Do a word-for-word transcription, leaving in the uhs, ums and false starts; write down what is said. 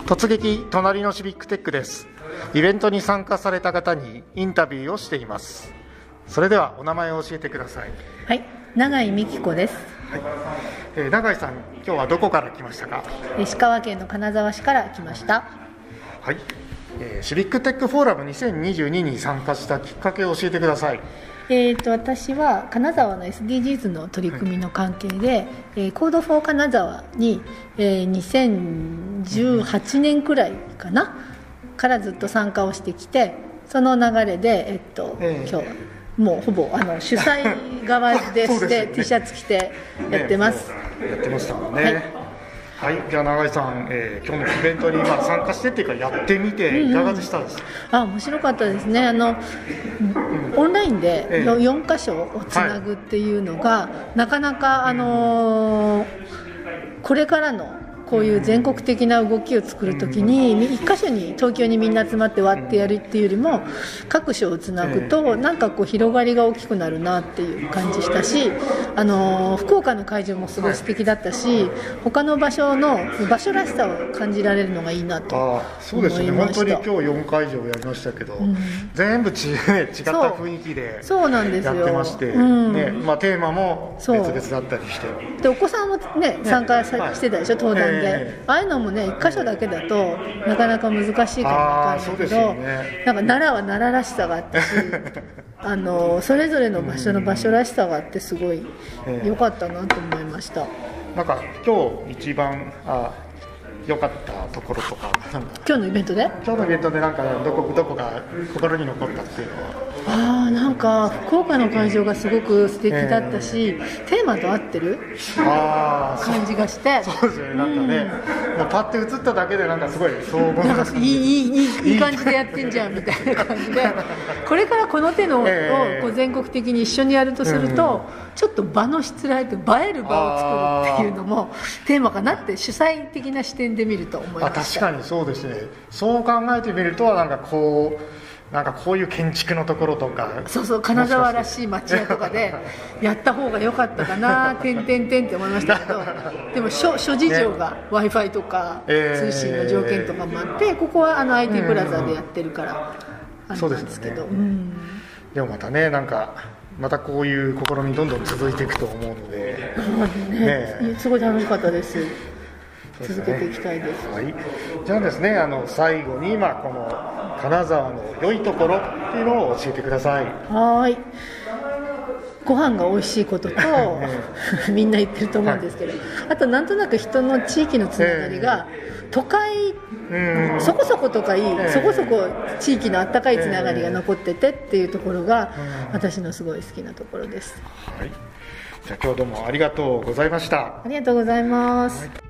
突撃隣のシビックテックです。イベントに参加された方にインタビューをしています。それではお名前を教えてください。 はい、永井美希子です。 はい、えー、永井さん、今日はどこから来ましたか？ 石川県の金沢市から来ました。 はい、えー、シビックテックフォーラムにせんにじゅうにに参加したきっかけを教えてください。 えー、と私は金沢の エスディージーズ の取り組みの関係で、はい、えー、コードフォー金沢に、えー、にせんじゅうはちねんくらいかなからずっと参加をしてきて、その流れで、えっとえー、今日はもうほぼあの主催側でして、ね、T シャツ着てやってます、 ね、やってましたもんね。はいはい、じゃあ永井さん、えー、今日のイベントにまあ参加してっていうかやってみていかがでしたですか？ うんうん、あ、面白かったですね。あの、うん、オンラインでよんかしょをつなぐっていうのが、はい、なかなか、あのー、これからのこういう全国的な動きを作るときにいっかしょに東京にみんな集まって割ってやるっていうよりも各所をつなぐとなんかこう広がりが大きくなるなっていう感じしたし、あの福岡の会場もすごい素敵だったし、他の場所の場所らしさを感じられるのがいいなと思いました。 あ、そうですね、本当に今日よんかいじょうやりましたけど、うん、全部ち、ね、違った雰囲気でやってまして、うんね、まあ、テーマも別々だったりして、 でお子さんも、ね、参加してたでしょ、登壇で。えー、ああいうのもねいっかしょだけだとなかなか難しいかもしれないけど、ね、なんか奈良は奈良らしさがあったしあのそれぞれの場所の場所らしさがあってすごい良かったなと思いました。 なんか今日一番あ良かったところとか、なんか今日のイベントで今日のイベントでなんかどこどこが心に残ったっていうのは。 あー、なんか福岡の会場がすごく素敵だったし、えー、テーマと合ってる感じがして、 そうですよね、なんかね、うん、もうパッて映っただけでなんかすごい荘厳な感じ、 いいいいいい感じでやってんじゃんみたいな感じでこれからこの手のをこう全国的に一緒にやるとすると、うん、ちょっと場のしつらえと映える場を作るっていうのもテーマかなって主催的な視点で見ると思いました。 あ、確かにそうですね。そう考えてみるとなんかこうなんかこういう建築のところとか、 そうそう、金沢らしい町屋とかでやった方が良かったかなてんてんてんって思いましたけどでも諸事情が、ね、ワイファイ とか、えー、通信の条件とかもあって、ここはあの アイティー プラザでやってるから、あれなんですけど、うん、 でもまたね、なんかまたこういう試みどんどん続いていくと思うので、 ねね、すごい楽しかったです。続けていきたいです。 はい、じゃあですね、あの最後に、まあ、この金沢の良いところっていうのを教えてください。 はい、ご飯が美味しいこととみんな言ってると思うんですけど、はい、あとなんとなく人の地域のつながりが、えー、都会そこそことかいい、えー、そこそこ地域のあったかいつながりが残っててっていうところが、えー、私のすごい好きなところです。 はい、じゃあ今日どうもありがとうございました。 ありがとうございます。はい。